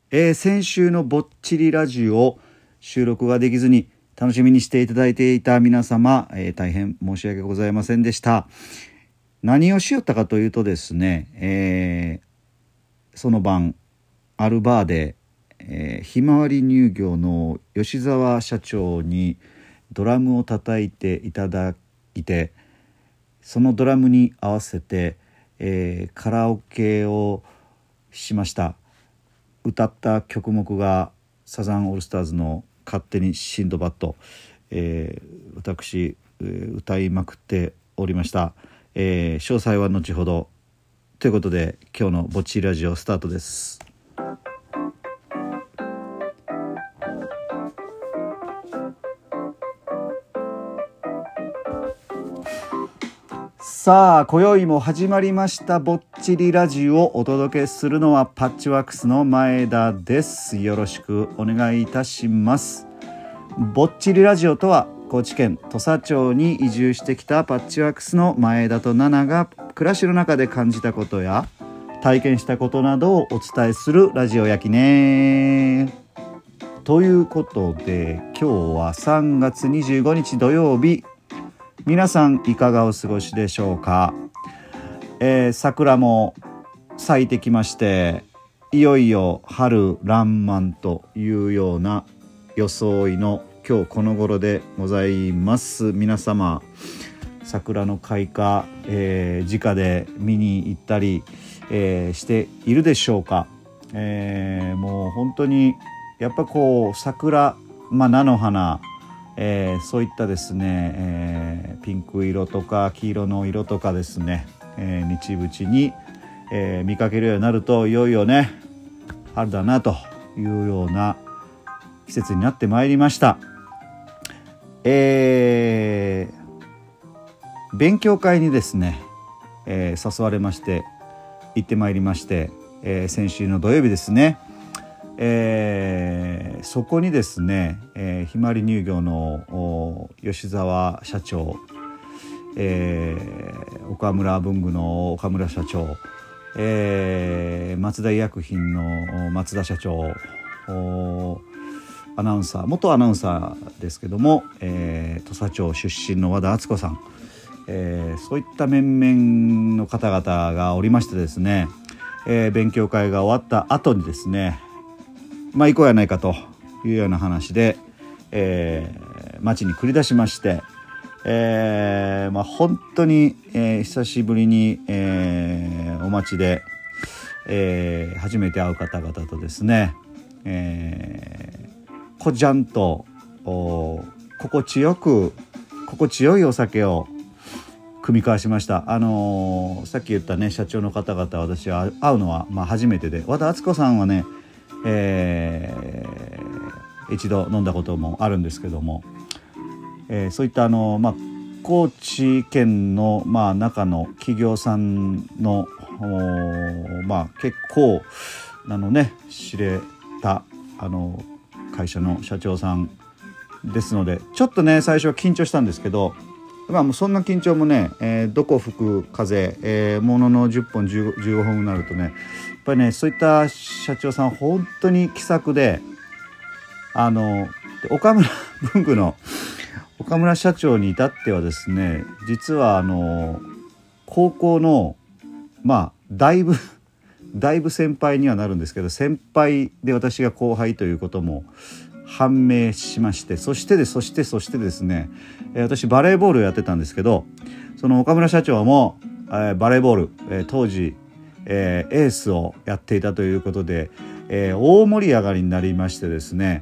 先週のぼっちりラジオ収録ができずに楽しみにしていただいていた皆様、大変申し訳ございませんでした。何をしよったかというとですね、その晩あるバーで、ひまわり乳業の吉澤社長にドラムを叩いていただいて、そのドラムに合わせて、カラオケをしました。歌った曲目がサザンオールスターズの勝手にシンドバッド、私、歌いまくっておりました。詳細は後ほどということで、今日のぼっちりラジオスタートです。さあ、今宵も始まりましたぼっちりラジオをお届けするのはパッチワークスの前田です。よろしくお願いいたします。ぼっちりラジオとは、高知県土佐町に移住してきたパッチワークスの前田とナナが暮らしの中で感じたことや体験したことなどをお伝えするラジオやきね。ということで、今日は3月25日土曜日、皆さんいかがお過ごしでしょうか。桜も咲いてきまして、いよいよ春爛漫というような装いの今日この頃でございます。皆様、桜の開花、直で見に行ったり、しているでしょうか。もう本当にやっぱこう桜、菜の花、そういったですね、ピンク色とか黄色の色とかですね、日々に、見かけるようになると、いよいよね春だなというような季節になってまいりました。勉強会にですね、誘われまして行ってまいりまして、先週の土曜日ですね、そこにですね、ひまわり乳業の吉澤社長、岡村文具の岡村社長、松田医薬品の松田社長、アナウンサー、元アナウンサーですけども、土佐町出身の和田敦子さん、そういった面々の方々がおりましてですね、勉強会が終わった後にですね、行こうやないかというような話で、町に繰り出しまして、本当に、久しぶりに、お町で、初めて会う方々とですね、こじゃんと心地よいお酒を酌み交わしました。さっき言ったね、社長の方々、私は会うのは初めてで、和田敦子さんはね、一度飲んだこともあるんですけども、そういった高知県の中の企業さんの結構知れた会社の社長さんですので、ちょっとね最初は緊張したんですけど、もうそんな緊張もね、どこ吹く風、ものの10分15分になるとね、やっぱりね、そういった社長さん本当に気さくで、岡村文具の岡村社長に至ってはですね、実は高校のだいぶ先輩にはなるんですけど、先輩で私が後輩ということも判明しまして、そしてですね、私バレーボールをやってたんですけど、その岡村社長も、バレーボール、当時、エースをやっていたということで、大盛り上がりになりましてですね、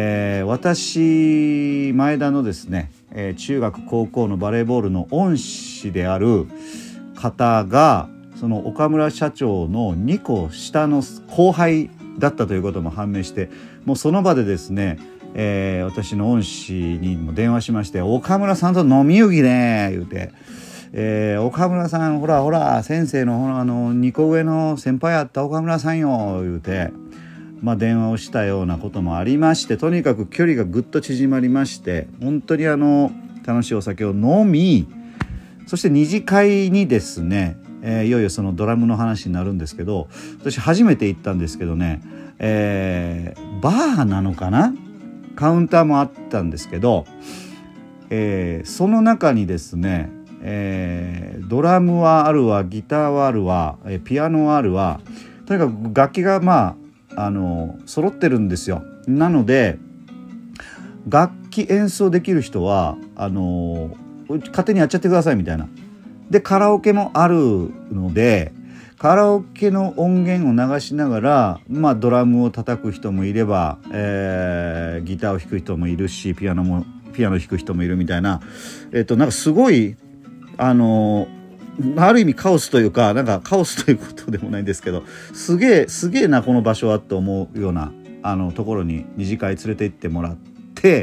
私前田のですね、中学高校のバレーボールの恩師である方が、その岡村社長の2個下の後輩だったということも判明して、もうその場でですね、私の恩師にも電話しまして、岡村さんと飲みゆきね言うて、岡村さんほら先生の2個上の先輩やった岡村さんよ言うて、電話をしたようなこともありまして、とにかく距離がぐっと縮まりまして、本当に楽しいお酒を飲み、そして二次会にですね、いよいよそのドラムの話になるんですけど、私初めて行ったんですけどね、 バーなのかな、カウンターもあったんですけど、その中にですね、ドラムはあるわ、ギターはあるわ、ピアノはあるわ、とにかく楽器が揃ってるんですよ。なので楽器演奏できる人は勝手にやっちゃってくださいみたいな。でカラオケもあるので、カラオケの音源を流しながら、ドラムを叩く人もいれば、ギターを弾く人もいるし、ピアノ弾く人もいるみたいな、なんかすごいある意味カオスというか、なんかカオスということでもないんですけど、すげえなこの場所はと思うようなところに二次会連れて行ってもらって、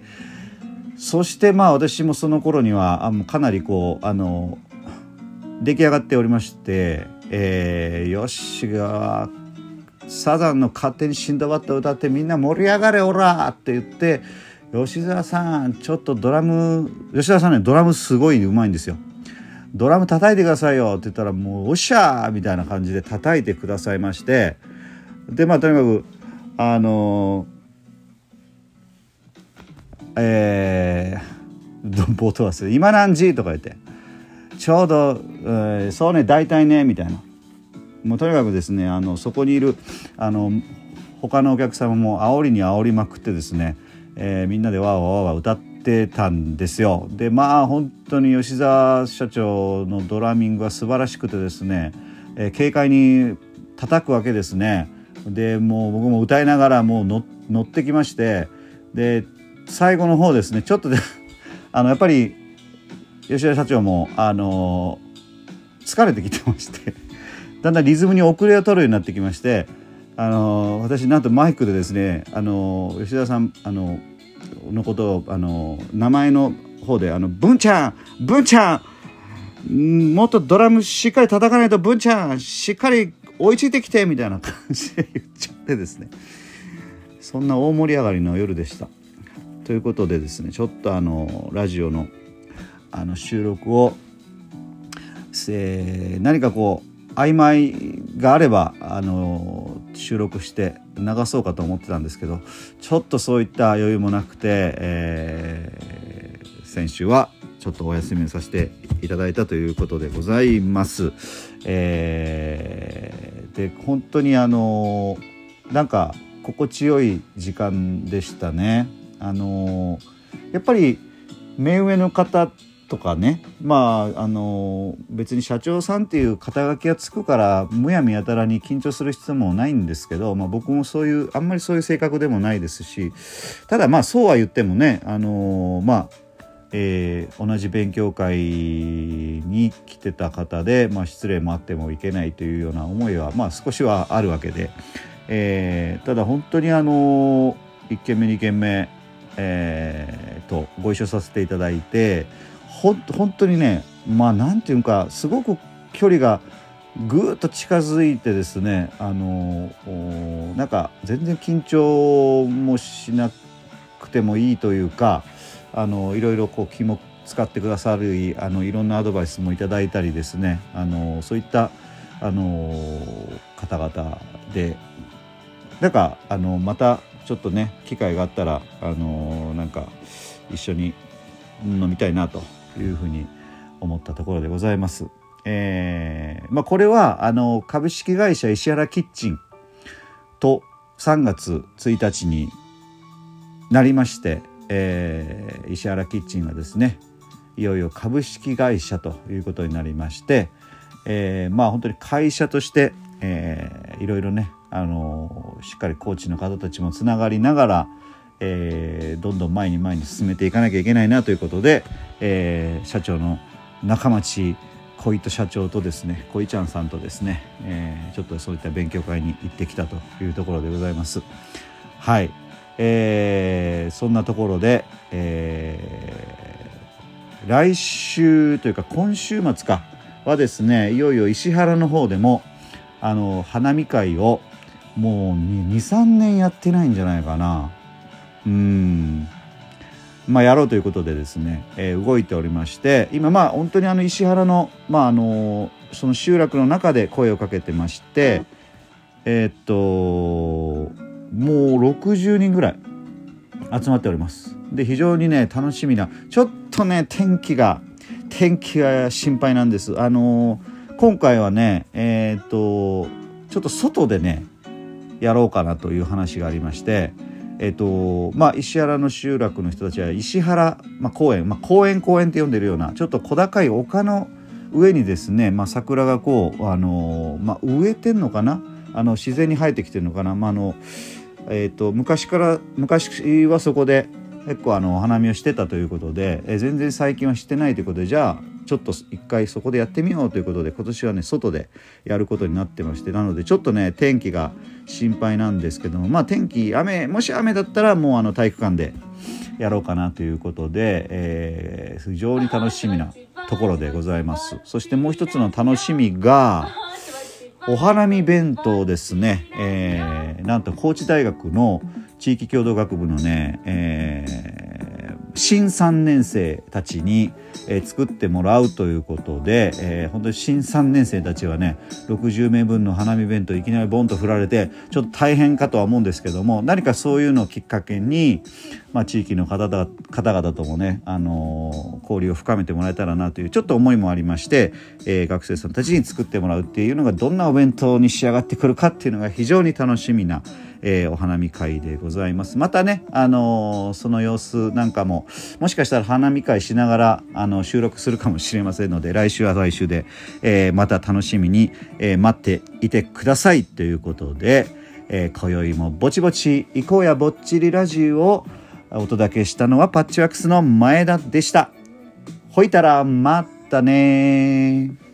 そして私もその頃にはかなりこう出来上がっておりまして、ヨッシーがサザンの勝手にシンドバッドを歌って、みんな盛り上がれオラって言って、吉沢さんちょっと吉沢さんね、ドラムすごい上手いんですよ。ドラム叩いてくださいよって言ったら、もうおっしゃーみたいな感じで叩いてくださいまして、でとにかく冒頭はですね、今何時とか言って、ちょうど、そうね大体ねみたいな、もうとにかくですね、そこにいる他のお客様も煽りに煽りまくってですね、みんなでわーわーわー歌ってたんですよ。で本当に吉沢社長のドラミングは素晴らしくてですね、軽快に叩くわけですね。でもう僕も歌いながらもう乗ってきまして、で最後の方ですね、ちょっとでやっぱり吉田社長も疲れてきてまして、だんだんリズムに遅れを取るようになってきまして、私なんとマイクでですね、吉田さんのことを名前の方で文ちゃんもっとドラムしっかり叩かないと、文ちゃんしっかり追いついてきてみたいな感じで言っちゃってですね、そんな大盛り上がりの夜でした。ということでですね、ちょっとラジオの収録を、何かこう曖昧があれば収録して流そうかと思ってたんですけど、ちょっとそういった余裕もなくて、先週はちょっとお休みをさせていただいたということでございます。で本当になんか心地よい時間でしたね。やっぱり目上の方とかね、別に社長さんっていう肩書きがつくからむやみやたらに緊張する必要もないんですけど、僕もあんまりそういう性格でもないですし、ただそうは言ってもね、同じ勉強会に来てた方で、失礼もあってもいけないというような思いは少しはあるわけで、ただ本当に1件目2件目、とご一緒させていただいて、本当にね、なんていうか、すごく距離がぐーっと近づいてですね、なんか全然緊張もしなくてもいいというか、いろいろこう気も使ってくださるいろんなアドバイスもいただいたりですね、そういった方々で、なんかまたちょっとね機会があったらなんか一緒に飲みたいなというふうに思ったところでございます。これは株式会社石原キッチンと3月1日になりまして、石原キッチンがですね、いよいよ株式会社ということになりまして、本当に会社として、いろいろねしっかりコーチの方たちもつながりながら、どんどん前に進めていかなきゃいけないなということで、社長の中町小糸社長とですね、小井ちゃんさんとですね、ちょっとそういった勉強会に行ってきたというところでございます。はい、そんなところで、来週というか今週末かはですね、いよいよ石原の方でも花見会をもう 2,3 年やってないんじゃないかな。やろうということでですね、動いておりまして、今本当に石原の、その集落の中で声をかけてまして、 60人ぐらい集まっております。で非常にね楽しみな、ちょっとね天気が心配なんです。今回はねちょっと外でねやろうかなという話がありまして、石原の集落の人たちは石原、公園、公園って呼んでるようなちょっと小高い丘の上にですね、桜がこう植えてんのかな、自然に生えてきてるのかな、昔はそこで結構お花見をしてたということで、全然最近はしてないということで、じゃあちょっと一回そこでやってみようということで今年はね外でやることになってまして、なのでちょっとね天気が心配なんですけども、天気もし雨だったらもう体育館でやろうかなということで、非常に楽しみなところでございます。そしてもう一つの楽しみがお花見弁当ですね。なんと高知大学の地域共同学部のね、新3年生たちに、作ってもらうということで、本当に新3年生たちはね60名分の花見弁当いきなりボンと振られてちょっと大変かとは思うんですけども、何かそういうのをきっかけに、地域の方々ともね、交流を深めてもらえたらなというちょっと思いもありまして、学生さんたちに作ってもらうっていうのがどんなお弁当に仕上がってくるかっていうのが非常に楽しみなお花見会でございます。またね、その様子なんかももしかしたら花見会しながら収録するかもしれませんので、来週は来週で、また楽しみに、待っていてくださいということで、今宵もぼちぼち行こうやぼっちりラジオをお届けしたのはパッチワークスの前田でした。ほいたらまたね。